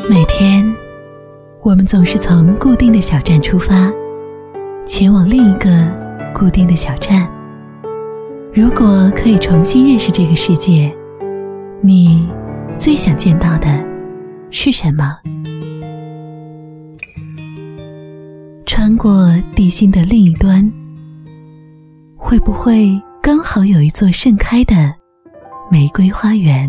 每天，我们总是从固定的小站出发，前往另一个固定的小站。如果可以重新认识这个世界，你最想见到的是什么？穿过地心的另一端，会不会刚好有一座盛开的玫瑰花园？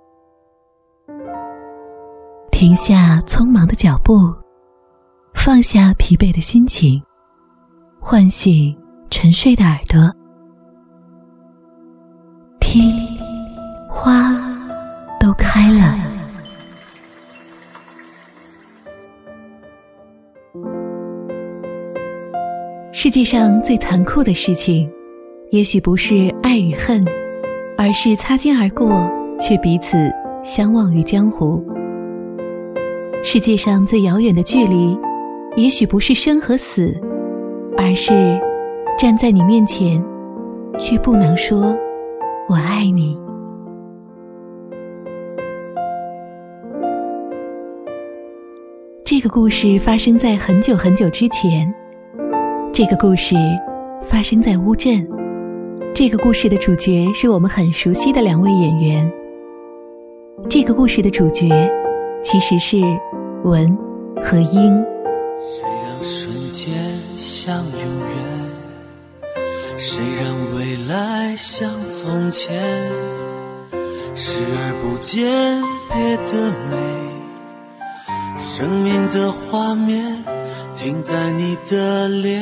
停下匆忙的脚步，放下疲惫的心情，唤醒沉睡的耳朵，听，花都开了。世界上最残酷的事情，也许不是爱与恨，而是擦肩而过，却彼此相忘于江湖。世界上最遥远的距离，也许不是生和死，而是站在你面前，却不能说我爱你。这个故事发生在很久很久之前，这个故事发生在乌镇，这个故事的主角是我们很熟悉的两位演员。这个故事的主角其实是文和英。 谁让瞬间像永远，谁让未来像从前，视而不见别的美，生命的画面停在你的脸，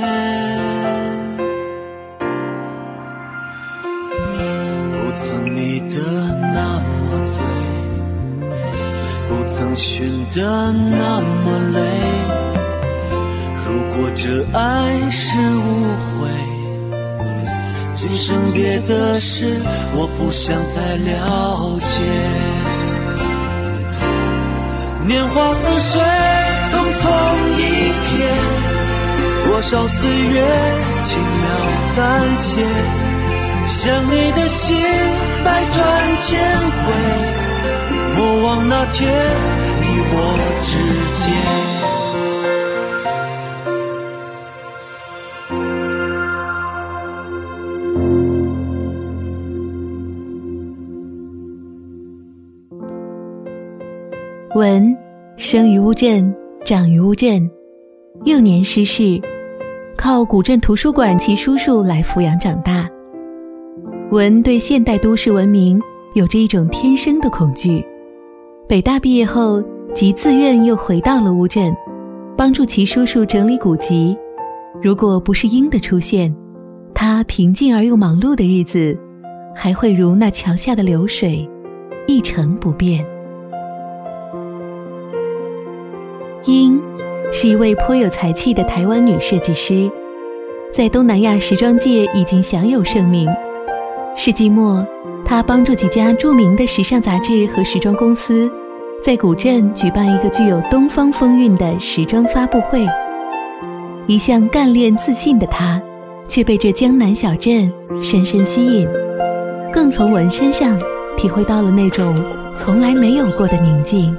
不曾迷得那么醉，不曾寻得那么累，如果这爱是误会，今生别的事我不想再了解。年华似水，匆匆一瞥，多少岁月轻描淡写，想你的心百转千回，莫忘那天你我之间。 文生于乌镇，长于乌镇，幼年失势，靠古镇图书馆其叔叔来抚养长大。文对现代都市文明有着一种天生的恐惧，北大毕业后即自愿又回到了乌镇，帮助其叔叔整理古籍。如果不是鹰的出现，他平静而又忙碌的日子还会如那桥下的流水，一成不变。英是一位颇有才气的台湾女设计师，在东南亚时装界已经享有盛名。世纪末，她帮助几家著名的时尚杂志和时装公司在古镇举办一个具有东方风韵的时装发布会。一向干练自信的她，却被这江南小镇深深吸引，更从文身上体会到了那种从来没有过的宁静。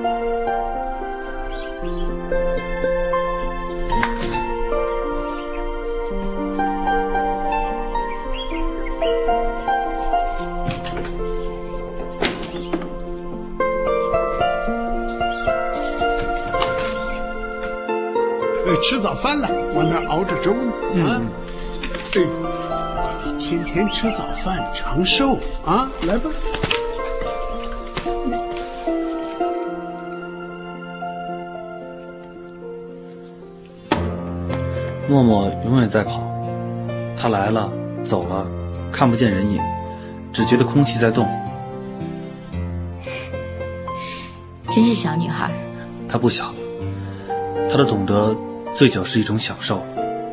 吃早饭了，我那熬着粥呢啊！天天吃早饭长寿啊！来吧。 默默永远在跑，他来了走了，看不见人影，只觉得空气在动。 真是小女孩。 她不小，她的懂得醉酒是一种享受。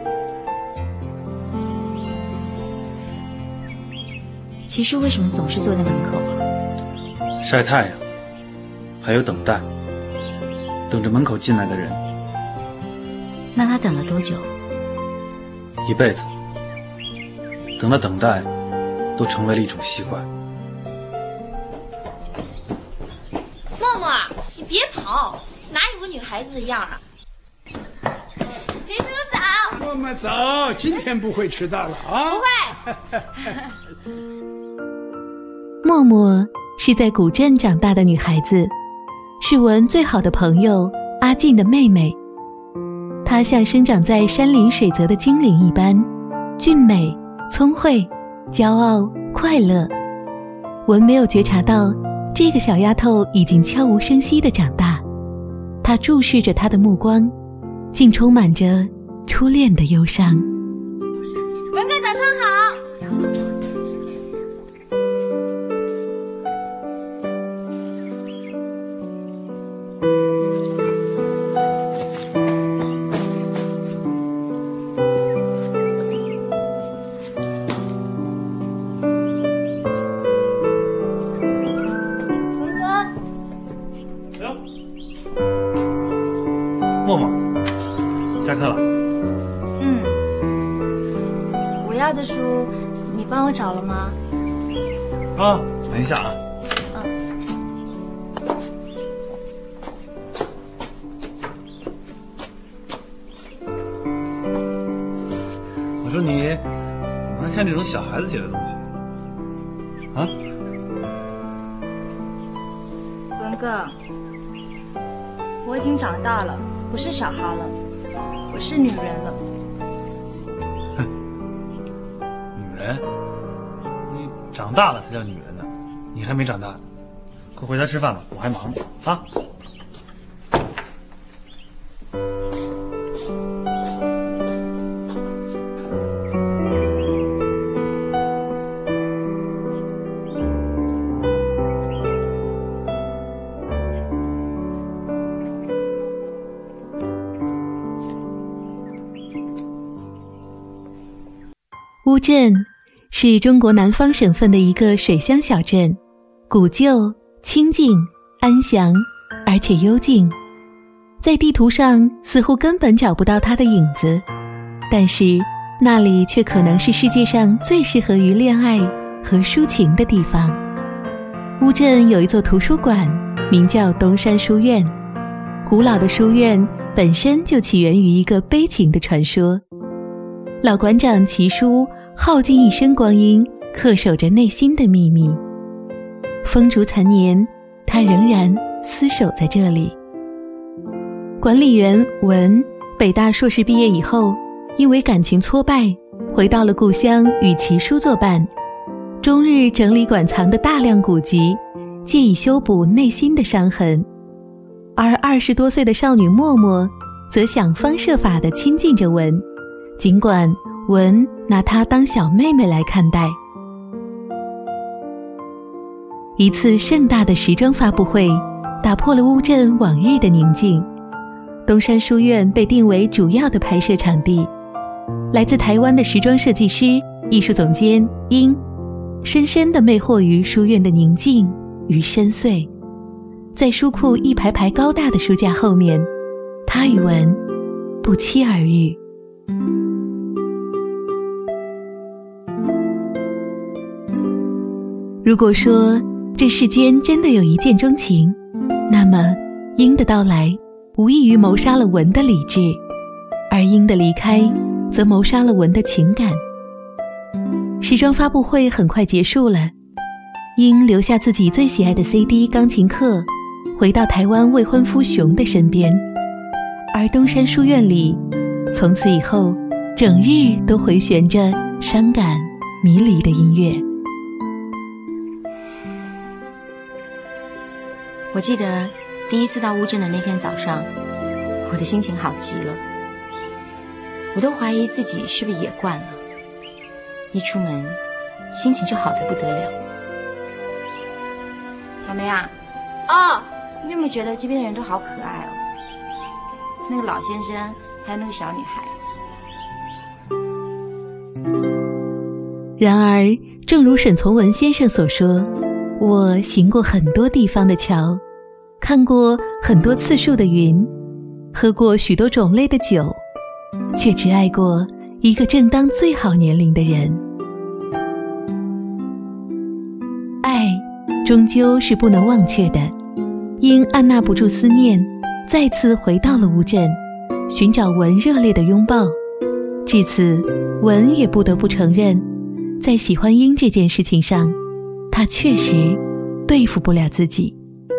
其叔为什么总是坐在门口啊？ 晒太阳，还有等待，等着门口进来的人。 那他等了多久？ 一辈子。等了等待，都成为了一种习惯。 默默，你别跑，哪有个女孩子的样啊？秦叔早。 默默走，今天不会迟到了啊？ 不会。 默默是在古镇长大的女孩子，是文最好的朋友阿静的妹妹。她像生长在山林水泽的精灵一般，俊美、聪慧、骄傲、快乐。文没有觉察到这个小丫头已经悄无声息地长大，她注视着她的目光竟充满着初恋的忧伤。 文哥早上好。 默默，下课了。 我要的书你帮我找了吗？ 啊，等一下啊。我说你怎么还看这种小孩子写的东西啊？ 文哥，我已经长大了，不是小孩了，我是女人了。 女人？你长大了才叫女人呢，你还没长大呢。快回家吃饭吧，我还忙呢啊。 乌镇是中国南方省份的一个水乡小镇，古旧、清静、安详，而且幽静。在地图上似乎根本找不到它的影子，但是那里却可能是世界上最适合于恋爱和抒情的地方。乌镇有一座图书馆，名叫东山书院。古老的书院本身就起源于一个悲情的传说。老馆长齐叔耗尽一生光阴，恪守着内心的秘密。风烛残年，他仍然厮守在这里。管理员文北大硕士毕业以后，因为感情挫败，回到了故乡与齐叔作伴，终日整理馆藏的大量古籍，借以修补内心的伤痕。而20多岁的少女默默则想方设法地亲近着文，尽管文拿她当小妹妹来看待。一次盛大的时装发布会打破了乌镇往日的宁静，东山书院被定为主要的拍摄场地。来自台湾的时装设计师、艺术总监殷深深地魅惑于书院的宁静与深邃。在书库一排排高大的书架后面，他与文不期而遇。如果说这世间真的有一见钟情，那么殷的到来无异于谋杀了文的理智，而殷的离开则谋杀了文的情感。时装发布会很快结束了，殷留下自己最喜爱的 CD 钢琴课，回到台湾未婚夫熊的身边。而东山书院里从此以后整日都回旋着伤感迷离的音乐。 我记得第一次到乌镇的那天早上，我的心情好极了，我都怀疑自己是不是也惯了，一出门心情就好得不得了。小梅啊，你有没有觉得这边的人都好可爱哦？那个老先生还有那个小女孩。 然而正如沈从文先生所说，我行过很多地方的桥，看过很多次数的云，喝过许多种类的酒，却只爱过一个正当最好年龄的人。爱终究是不能忘却的， 因按捺不住思念，再次回到了乌镇，寻找文热烈的拥抱。至此，文也不得不承认，在喜欢英这件事情上，他确实对付不了自己。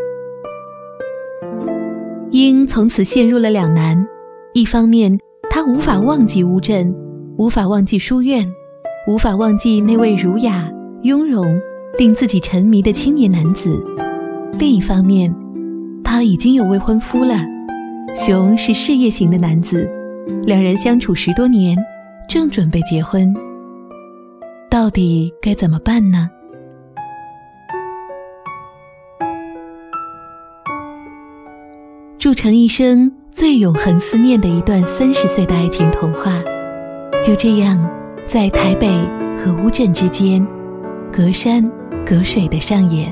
英从此陷入了两难，一方面他无法忘记乌镇，无法忘记书院，无法忘记那位儒雅雍容令自己沉迷的青年男子，另一方面他已经有未婚夫了。熊是事业型的男子，两人相处10多年，正准备结婚，到底该怎么办呢？铸成一生最永恒思念的一段30岁的爱情童话，就这样在台北和乌镇之间隔山隔水的上演。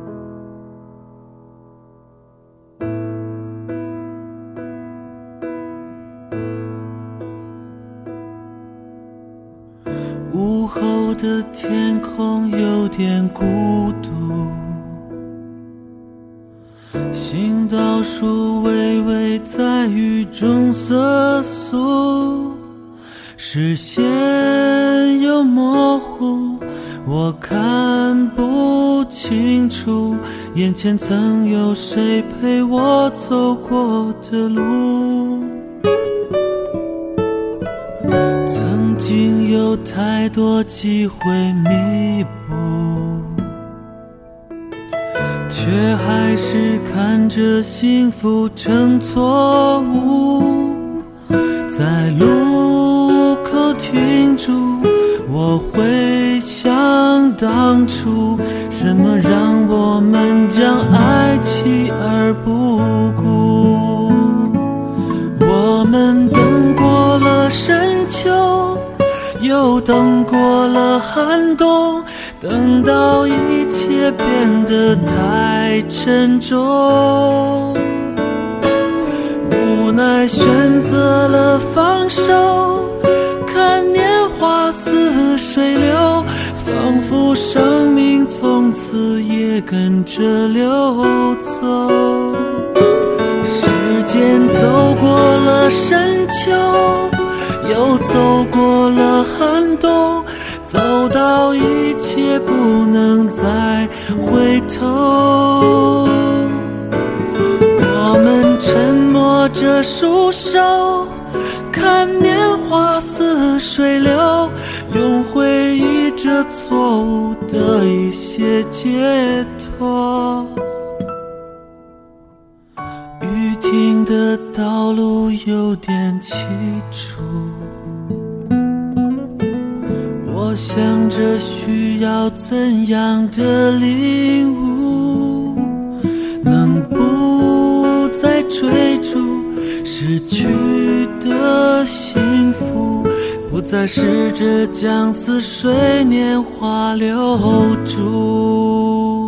午后的天空有点孤独，行道树微微在雨中瑟缩，视线又模糊，我看不清楚眼前曾有谁陪我走过的路。曾经有太多机会弥补，却还是看着幸福成错误。在路口停住，我会想当初，什么让我们将爱弃而不顾。我们等过了深秋，又等过了寒冬，等到一切变得太沉重，无奈选择了放手，看年华似水流，仿佛生命从此也跟着流走。时间走过了深秋，又走过了寒冬，走到一切不能再回头。我们沉默着束手，看年华似水流，用回忆着错误的一些解脱。雨停的道路有点凄楚，我想着需要怎样的领悟，能不再追逐失去的幸福，不再试着将似水年华留住。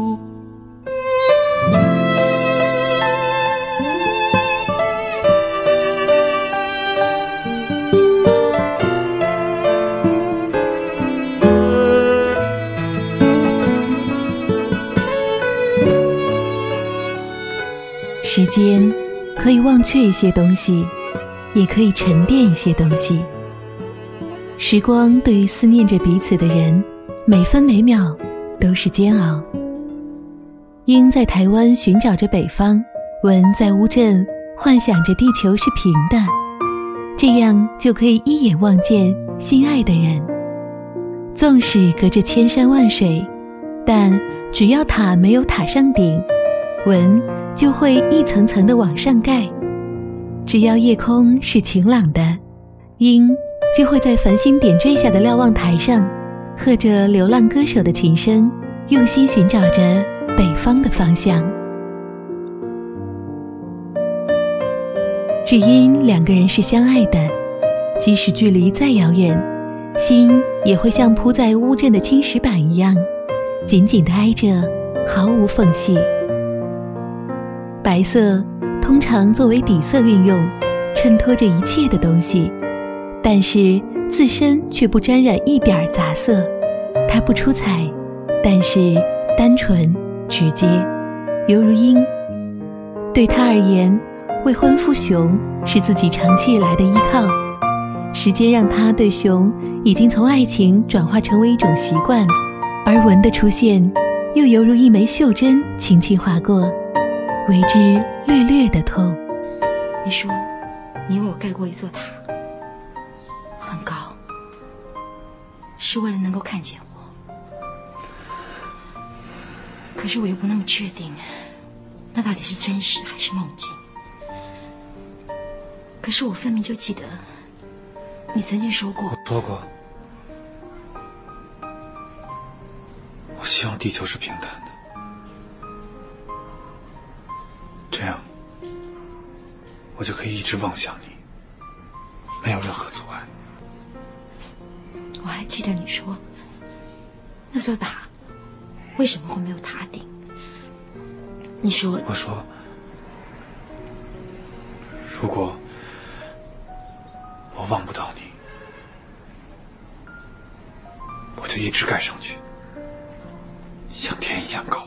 时间可以忘却一些东西，也可以沉淀一些东西。时光对于思念着彼此的人，每分每秒都是煎熬。鹰在台湾寻找着北方，文在乌镇幻想着地球是平的，这样就可以一眼望见心爱的人。纵使隔着千山万水，但只要塔没有塔上顶，文就会一层层地往上盖。只要夜空是晴朗的，鹰就会在繁星点缀下的瞭望台上，和着流浪歌手的琴声，用心寻找着北方的方向。只因两个人是相爱的，即使距离再遥远，心也会像铺在乌镇的青石板一样，紧紧地挨着，毫无缝隙。白色通常作为底色运用，衬托着一切的东西，但是自身却不沾染一点杂色。它不出彩，但是单纯直接，犹如鹰， 对他而言，未婚夫熊是自己长期以来的依靠。时间让他对熊已经从爱情转化成为一种习惯，而文的出现又犹如一枚袖针轻轻划过，为之略略的痛。 你说你为我盖过一座塔，很高，是为了能够看见我，可是我又不那么确定那到底是真实还是梦境。可是我分明就记得你曾经说过， 我说过，我希望地球是平坦的，这样我就可以一直望向你，没有任何阻碍。 我还记得你说那座塔为什么会没有塔顶。你说， 我说如果我望不到你，我就一直盖上去，像天一样高。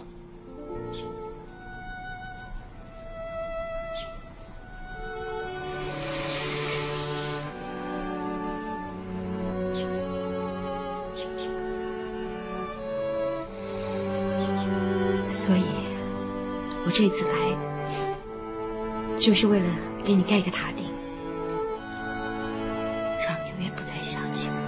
所以我这次来就是为了给你盖一个塔顶，让你永远不再想起我。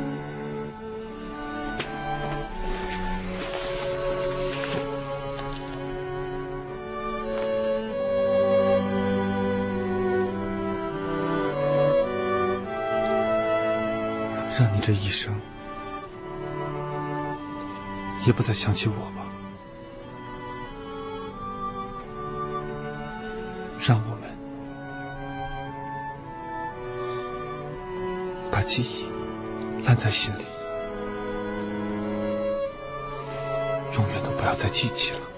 让你这一生也不再想起我吧。让我们把记忆烂在心里，永远都不要再记起了。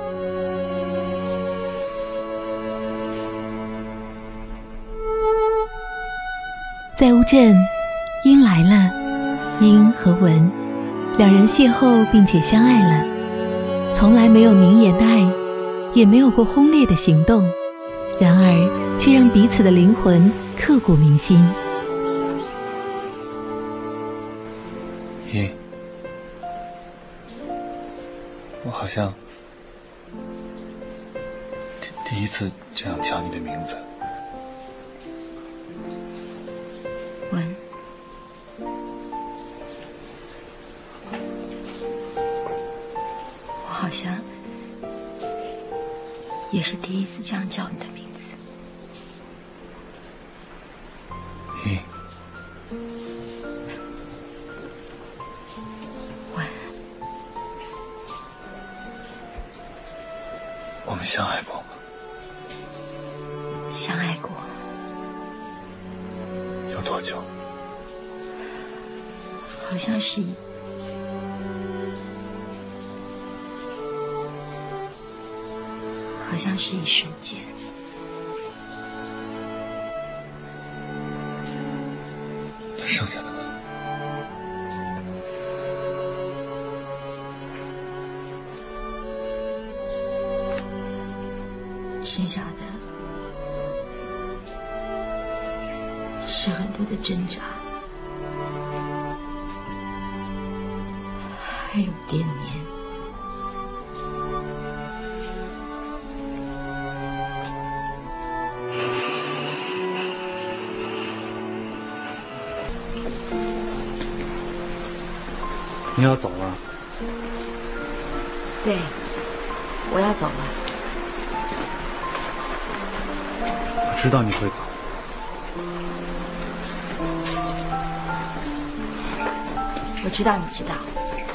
在乌镇，鹰来了，鹰和文两人邂逅并且相爱了，从来没有明言的爱，也没有过轰烈的行动，然而却让彼此的灵魂刻骨铭心。 鹰，我好像第一次这样叫你的名字。 文，我好像也是第一次这样叫你的名字。 鹰， 文， 我们相爱过吗？ 相爱过。 有多久？ 好像是一瞬间。 那剩下的呢？ 剩下的是很多的挣扎，还有惦念。 你要走了？ 对，我要走了。 我知道你会走。 我知道你知道。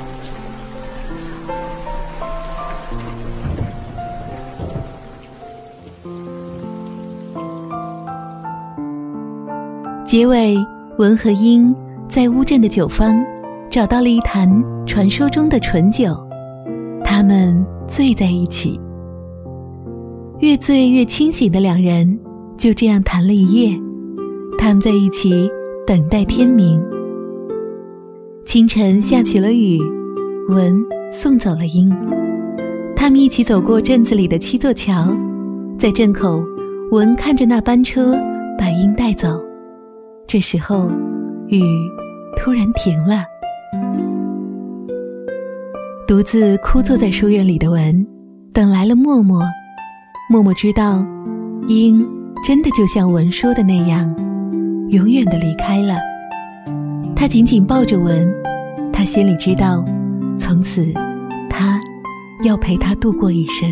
结尾，文和英在乌镇的酒坊找到了一坛传说中的醇酒，他们醉在一起。越醉越清醒的两人就这样谈了一夜，他们在一起等待天明。清晨下起了雨，文送走了英，他们一起走过镇子里的7座桥， 在镇口，文看着那班车把鹰带走，这时候雨突然停了。独自枯坐在书院里的文等来了默默。默默知道鹰真的就像文说的那样永远地离开了。他紧紧抱着文，他心里知道从此他要陪他度过一生。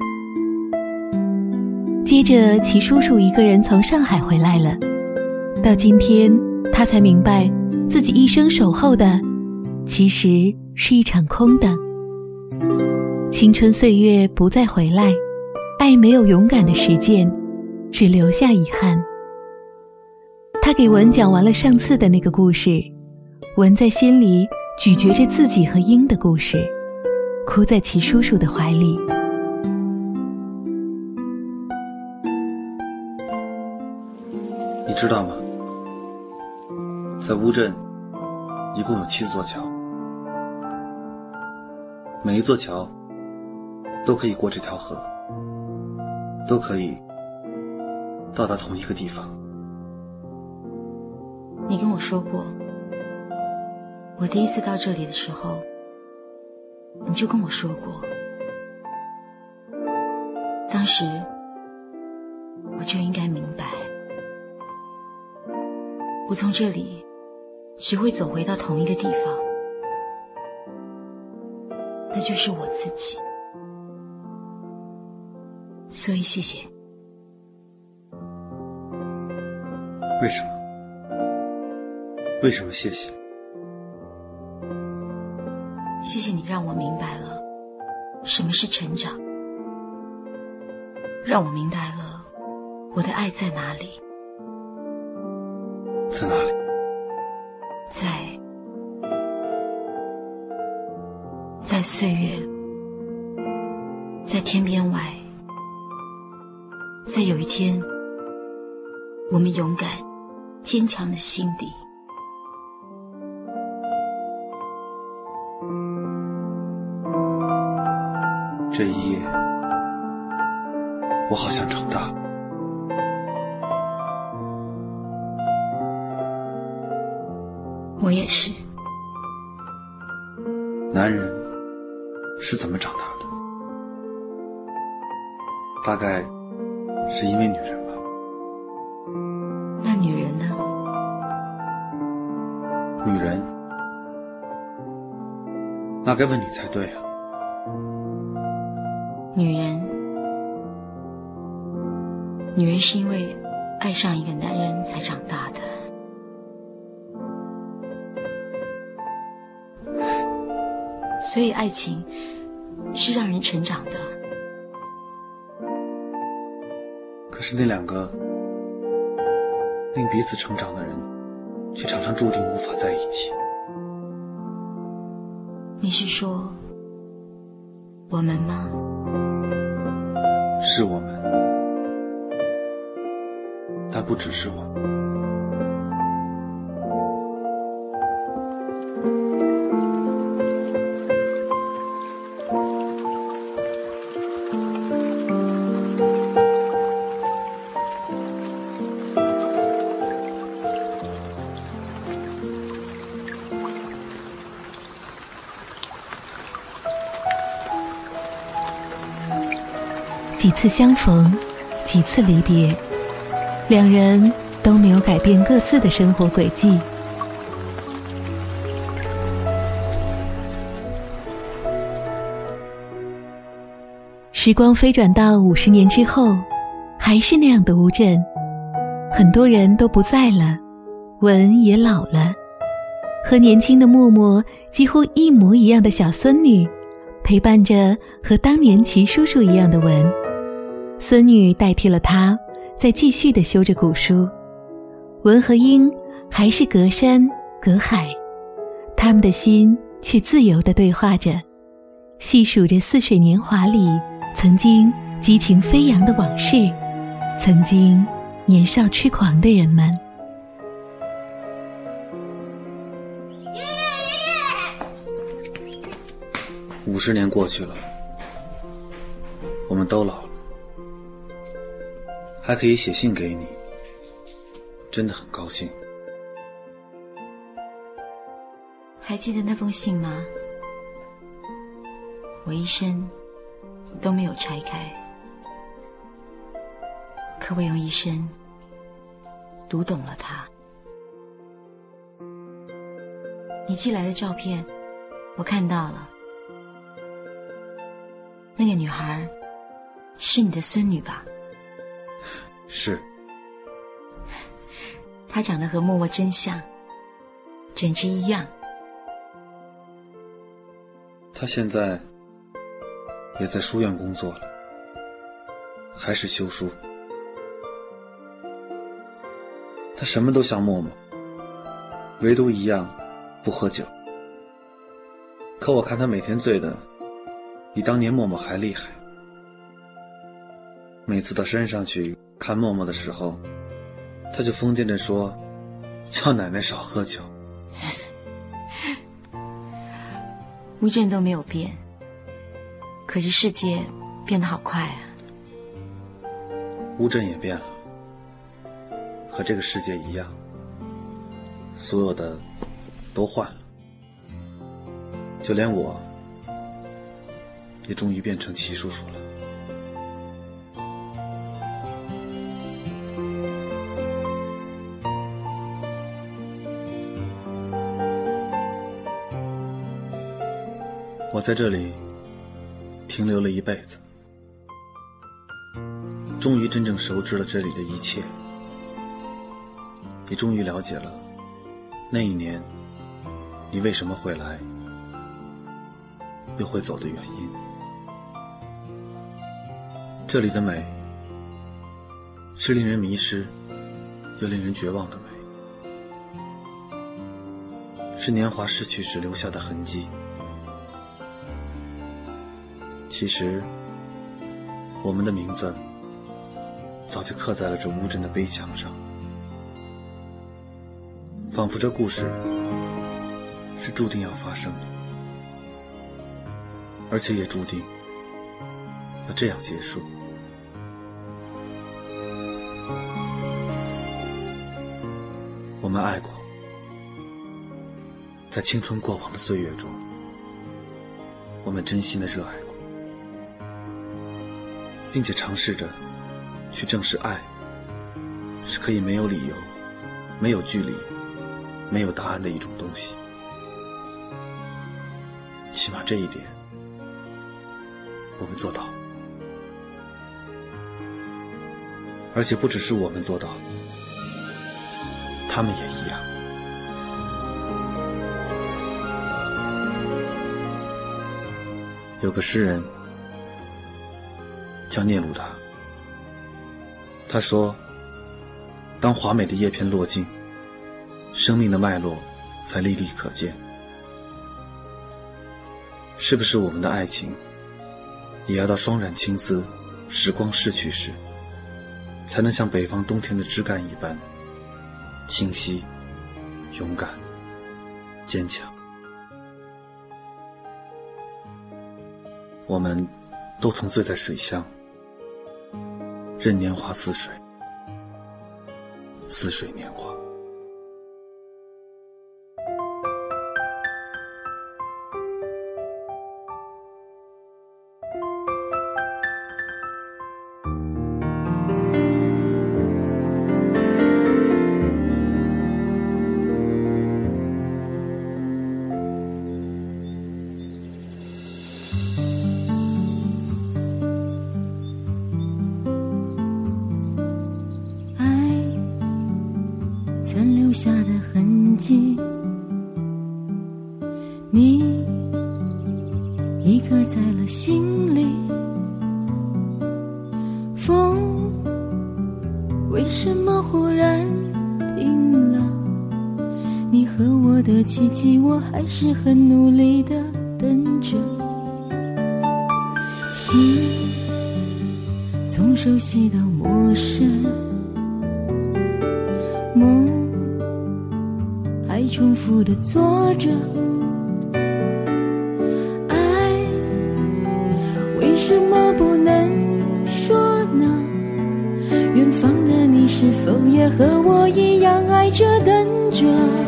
接着齐叔叔一个人从上海回来了，到今天他才明白自己一生守候的其实是一场空的。青春岁月不再回来，爱没有勇敢的实践，只留下遗憾。他给文讲完了上次的那个故事，文在心里咀嚼着自己和鹰的故事，哭在齐叔叔的怀里。 你知道吗？在乌镇一共有7座桥，每一座桥都可以过这条河，都可以到达同一个地方。 你跟我说过，我第一次到这里的时候，你就跟我说过，当时我就应该明白，我从这里只会走回到同一个地方，那就是我自己。所以谢谢你。 为什么？为什么谢谢？ 谢谢你让我明白了什么是成长，让我明白了我的爱在哪里。 在哪里？ 在岁月里，在天边外，在有一天我们勇敢坚强的心底。 这一夜我好像长大了。 我也是。 男人是怎么长大的？大概是因为女人吧。 那女人呢？ 女人，那该问你才对啊。 女人是因为爱上一个男人才长大的。所以爱情是让人成长的。 可是那两个令彼此成长的人，却常常注定无法在一起。 你是说我们吗？ 是我们，但不只是我们。 几次相逢，几次离别，两人都没有改变各自的生活轨迹。时光飞转到50年之后，还是那样的乌镇，很多人都不在了，文也老了，和年轻的默默几乎一模一样的小孙女，陪伴着和当年齐叔叔一样的文。孙女代替了他，在继续地修着古书。文和英还是隔山隔海，他们的心却自由地对话着，细数着似水年华里曾经激情飞扬的往事，曾经年少痴狂的人们。 50年过去了，我们都老了。 还可以写信给你，真的很高兴。 还记得那封信吗？我一生都没有拆开，可我用一生读懂了它。你寄来的照片我看到了，那个女孩是你的孙女吧？ 是。 她长得和默默真像，简直一样。 她现在也在书院工作了，还是修书。她什么都像默默，唯独一样不喝酒。可我看她每天醉的比当年默默还厉害。每次到山上去看默默的时候，她就疯癫着说叫奶奶少喝酒。 乌镇都没有变，可是世界变得好快啊。 乌镇也变了，和这个世界一样，所有的都换了，就连我也终于变成齐叔叔了。我在这里停留了一辈子，终于真正熟知了这里的一切，也终于了解了那一年你为什么会来，又会走的原因。这里的美是令人迷失又令人绝望的美，是年华逝去时留下的痕迹。其实我们的名字早就刻在了这乌镇的碑墙上，仿佛这故事是注定要发生的，而且也注定要这样结束。我们爱过，在青春过往的岁月中，我们真心的热爱过，并且尝试着去正视爱是可以没有理由、没有距离、没有答案的一种东西。起码这一点我们做到，而且不只是我们做到，他们也一样。有个诗人叫聂鲁达，他说，当华美的叶片落尽，生命的脉络才历历可见。是不是我们的爱情也要到霜染青丝，时光逝去时，才能像北方冬天的枝干一般清晰、勇敢、坚强？我们都曾醉在水乡，任年华似水，似水年华。 曾留下的痕迹，你已刻在了心里。风为什么忽然停了？你和我的奇迹，我还是很努力地等着。心从熟悉到陌生，梦还重复地做着，爱为什么不能说呢？原远方的你是否也和我一样爱着等着？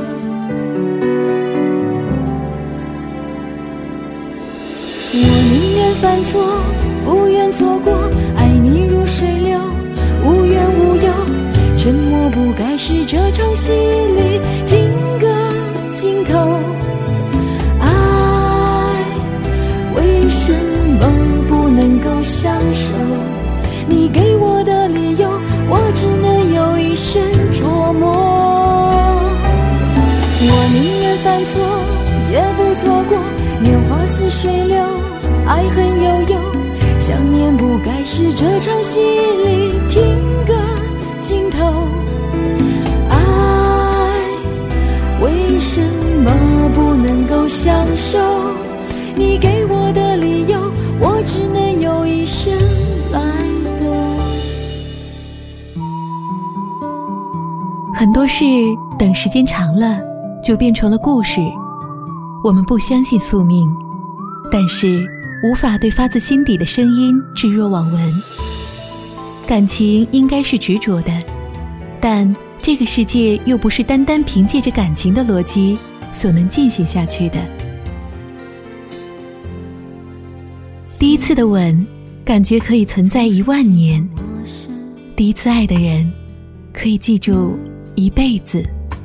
我宁愿犯错，不愿错过，爱你如水流，无怨无忧。沉默不该是这场戏里听个尽头。爱为什么不能够相守？你给我的理由，我只能有一生琢磨。我宁愿犯错，也不错过，年华似水流，爱恨悠悠，想念不该是这场戏里听个尽头。爱为什么不能够相守？你给我的理由，我只能有一生来斗。 很多事等时间长了就变成了故事。我们不相信宿命，但是无法对发自心底的声音置若罔闻。感情应该是执着的，但这个世界又不是单单凭借着感情的逻辑所能进行下去的。第一次的吻，感觉可以存在10000年；第一次爱的人，可以记住一辈子。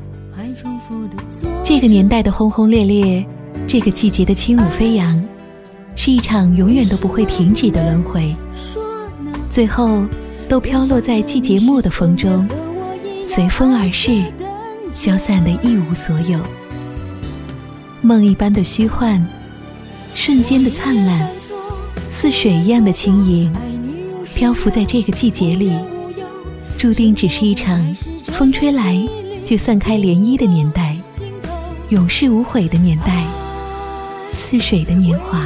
这个年代的轰轰烈烈，这个季节的轻舞飞扬，是一场永远都不会停止的轮回，最后都飘落在季节末的风中，随风而逝，消散得一无所有。梦一般的虚幻，瞬间的灿烂，似水一样的轻盈，漂浮在这个季节里，注定只是一场风吹来就散开涟漪的年代，永世无悔的年代，似水的年华。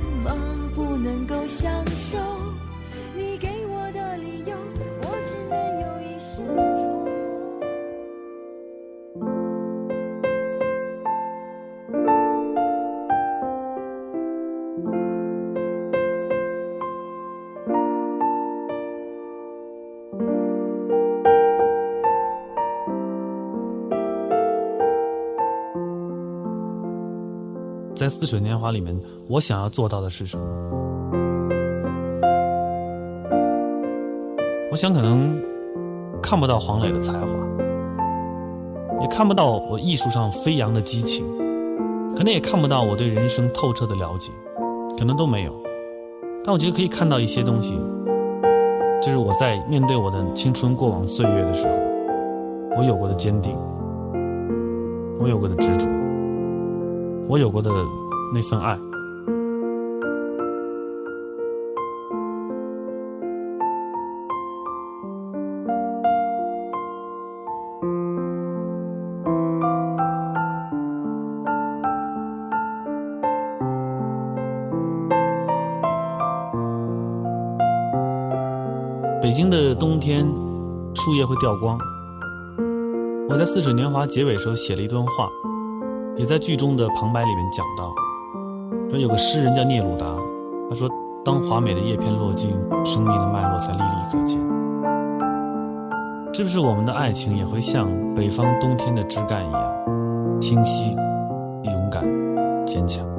在似水年华里面，我想要做到的是什么？我想可能看不到黄磊的才华，也看不到我艺术上飞扬的激情，可能也看不到我对人生透彻的了解，可能都没有。但我觉得可以看到一些东西，就是我在面对我的青春过往岁月的时候，我有过的坚定，我有过的执着，我有过的那份爱。北京的冬天，树叶会掉光。我在《似水年华》结尾时候写了一段话，也在剧中的旁白里面讲到，说有个诗人叫聂鲁达，他说：“当华美的叶片落尽，生命的脉络才历历可见。”是不是我们的爱情也会像北方冬天的枝干一样，清晰、勇敢、坚强？